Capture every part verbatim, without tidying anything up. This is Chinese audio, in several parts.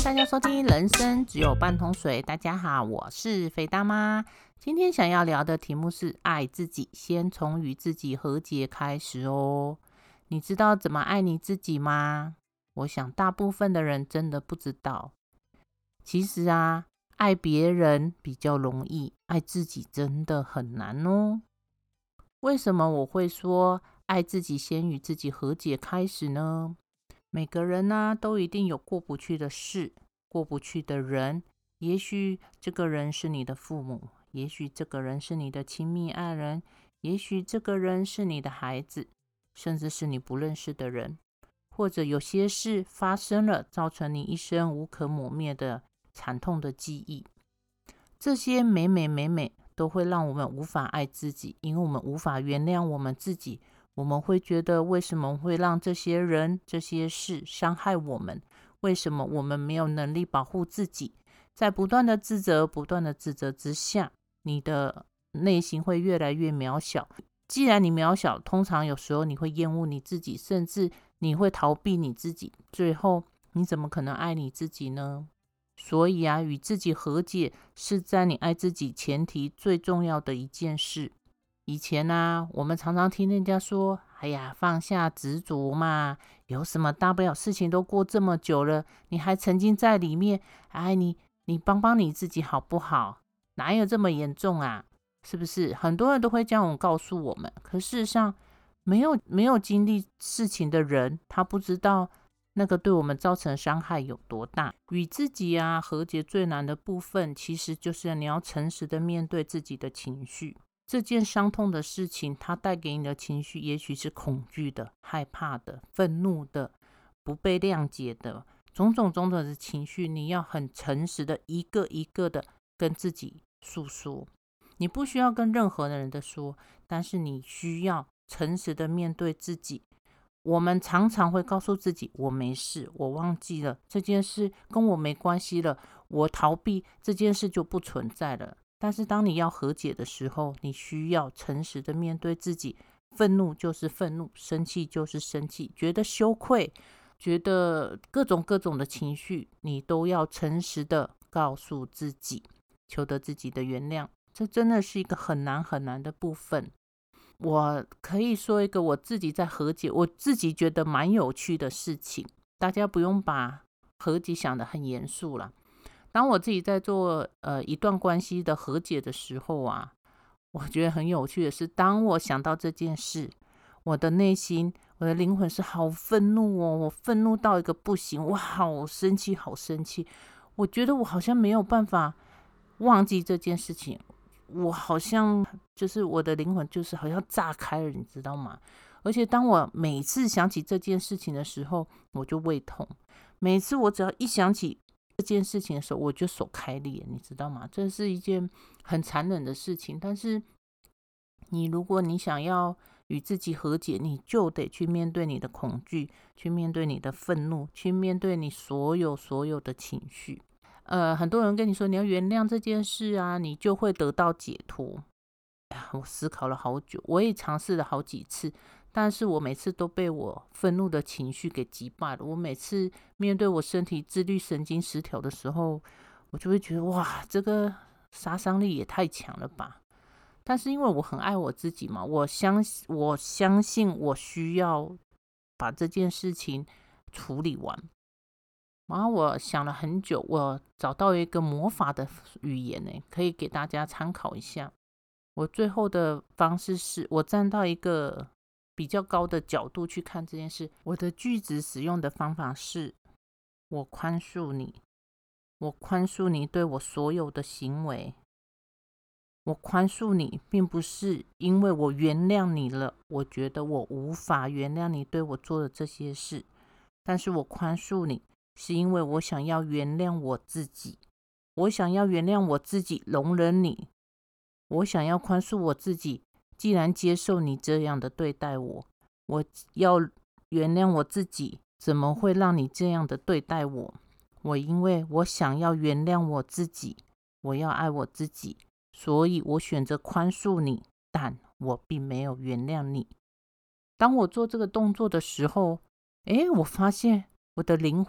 大家收听人生只有半桶水。大家好，我是肥大妈。今天想要聊的题目是爱自己，先从与自己和解开始哦。你知道怎么爱你自己吗？我想大部分的人真的不知道。其实啊，爱别人比较容易，爱自己真的很难哦。为什么我会说爱自己先与自己和解开始呢？每个人呢、啊、都一定有过不去的事，过不去的人。也许这个人是你的父母，也许这个人是你的亲密爱人，也许这个人是你的孩子，甚至是你不认识的人。或者有些事发生了，造成你一生无可磨灭的惨痛的记忆。这些每每每每都会让我们无法爱自己，因为我们无法原谅我们自己。我们会觉得为什么会让这些人这些事伤害我们，为什么我们没有能力保护自己。在不断的自责不断的自责之下，你的内心会越来越渺小。既然你渺小，通常有时候你会厌恶你自己，甚至你会逃避你自己，最后你怎么可能爱你自己呢？所以啊，与自己和解是在你爱自己前提最重要的一件事。以前啊，我们常常听人家说，哎呀，放下执着嘛，有什么大不了，事情都过这么久了，你还沉浸在里面，哎，你你帮帮你自己好不好？哪有这么严重啊？是不是？很多人都会这样告诉我们，可事实上，没有没有经历事情的人，他不知道那个对我们造成伤害有多大。与自己啊和解最难的部分，其实就是你要诚实的面对自己的情绪。这件伤痛的事情，它带给你的情绪也许是恐惧的、害怕的、愤怒的、不被谅解的，种种种种的情绪，你要很诚实的一个一个的跟自己诉说。你不需要跟任何人的说，但是你需要诚实的面对自己。我们常常会告诉自己，我没事，我忘记了这件事，跟我没关系了，我逃避这件事就不存在了。但是当你要和解的时候，你需要诚实的面对自己。愤怒就是愤怒，生气就是生气，觉得羞愧，觉得各种各种的情绪，你都要诚实的告诉自己，求得自己的原谅。这真的是一个很难很难的部分。我可以说一个我自己在和解，我自己觉得蛮有趣的事情。大家不用把和解想得很严肃啦。当我自己在做呃一段关系的和解的时候啊，我觉得很有趣的是，当我想到这件事，我的内心，我的灵魂是好愤怒哦，我愤怒到一个不行，我好生气，好生气。我觉得我好像没有办法忘记这件事情，我好像就是我的灵魂就是好像炸开了，你知道吗？而且当我每次想起这件事情的时候，我就胃痛。每次我只要一想起这件事情的时候，我就手开裂，你知道吗？这是一件很残忍的事情。但是你如果你想要与自己和解，你就得去面对你的恐惧，去面对你的愤怒，去面对你所有所有的情绪。呃，很多人跟你说你要原谅这件事啊，你就会得到解脱。我思考了好久，我也尝试了好几次，但是我每次都被我愤怒的情绪给击败了。我每次面对我身体自律神经失调的时候，我就会觉得哇，这个杀伤力也太强了吧。但是因为我很爱我自己嘛，我相我相信我需要把这件事情处理完。然后我想了很久，我找到一个魔法的语言呢，可以给大家参考一下。我最后的方式是，我站到一个比较高的角度去看这件事。我的句子使用的方法是：我宽恕你，我宽恕你对我所有的行为。我宽恕你，并不是因为我原谅你了，我觉得我无法原谅你对我做的这些事，但是我宽恕你，是因为我想要原谅我自己，我想要原谅我自己，容忍你，我想要宽恕我自己。既然接受你这样的对待我，我要原谅我自己，怎么会让你这样的对待我？我因为我想要原谅我自己，我要爱我自己，所以我选择宽恕你，但我并没有原谅你。当我做这个动作的时候，诶，我发现我的灵魂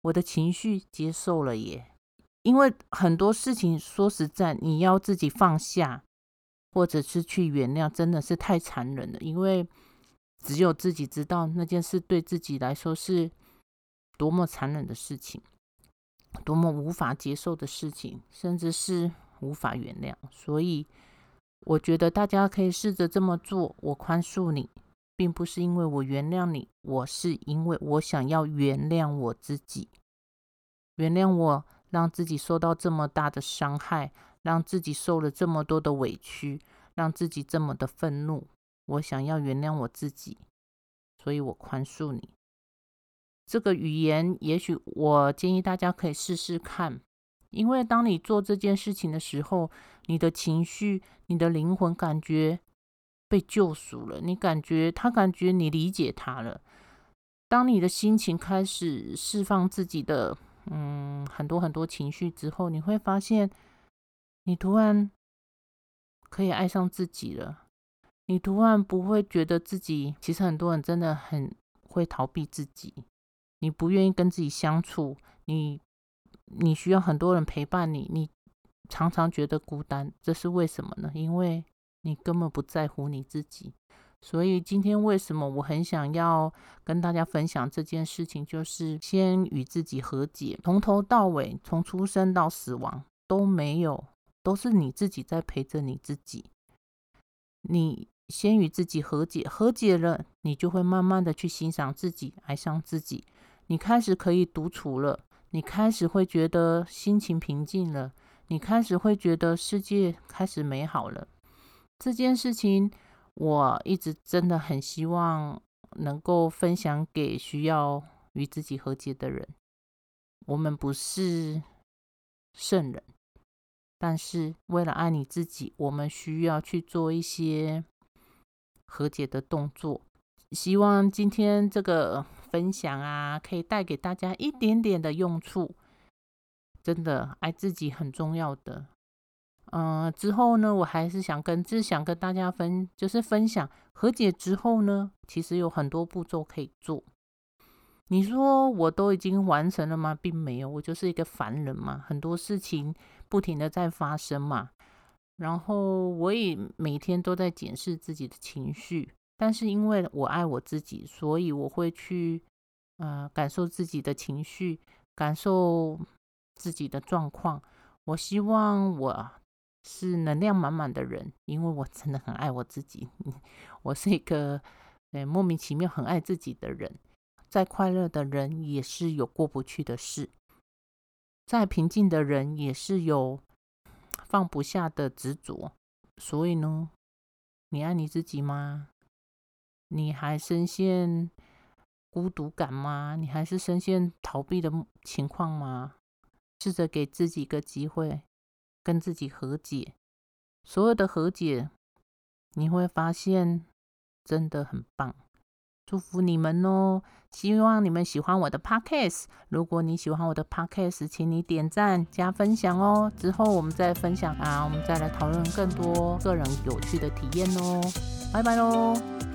我的情绪接受了耶。因为很多事情说实在，你要自己放下，或者是去原谅，真的是太残忍了。因为只有自己知道那件事对自己来说是多么残忍的事情，多么无法接受的事情，甚至是无法原谅。所以我觉得大家可以试着这么做。我宽恕你，并不是因为我原谅你，我是因为我想要原谅我自己，原谅我让自己受到这么大的伤害，让自己受了这么多的委屈，让自己这么的愤怒。我想要原谅我自己，所以我宽恕你。这个语言也许我建议大家可以试试看，因为当你做这件事情的时候，你的情绪、你的灵魂感觉被救赎了，你感觉他感觉你理解他了。当你的心情开始释放自己的嗯很多很多情绪之后，你会发现你突然可以爱上自己了。你突然不会觉得自己，其实很多人真的很会逃避自己，你不愿意跟自己相处，你你需要很多人陪伴你，你常常觉得孤单，这是为什么呢？因为你根本不在乎你自己。所以今天为什么我很想要跟大家分享这件事情，就是先与自己和解，从头到尾，从出生到死亡都没有，都是你自己在陪着你自己。你先与自己和解，和解了，你就会慢慢的去欣赏自己，爱上自己。你开始可以独处了，你开始会觉得心情平静了，你开始会觉得世界开始美好了。这件事情我一直真的很希望能够分享给需要与自己和解的人。我们不是圣人，但是为了爱你自己，我们需要去做一些和解的动作。希望今天这个分享啊，可以带给大家一点点的用处。真的，爱自己很重要的。嗯、呃，之后呢，我还是想跟，就是想跟大家分，就是分享和解之后呢，其实有很多步骤可以做。你说我都已经完成了吗？并没有，我就是一个凡人嘛，很多事情不停的在发生嘛。然后我也每天都在检视自己的情绪，但是因为我爱我自己，所以我会去呃感受自己的情绪，感受自己的状况。我希望我是能量满满的人，因为我真的很爱我自己。我是一个呃莫名其妙很爱自己的人。再快乐的人也是有过不去的事，再平静的人也是有放不下的执着。所以呢，你爱你自己吗？你还深陷孤独感吗？你还是深陷逃避的情况吗？试着给自己一个机会，跟自己和解。所有的和解，你会发现真的很棒。祝福你们哦！希望你们喜欢我的 podcast。如果你喜欢我的 podcast， 请你点赞加分享哦。之后我们再分享啊，我们再来讨论更多个人有趣的体验哦。拜拜喽！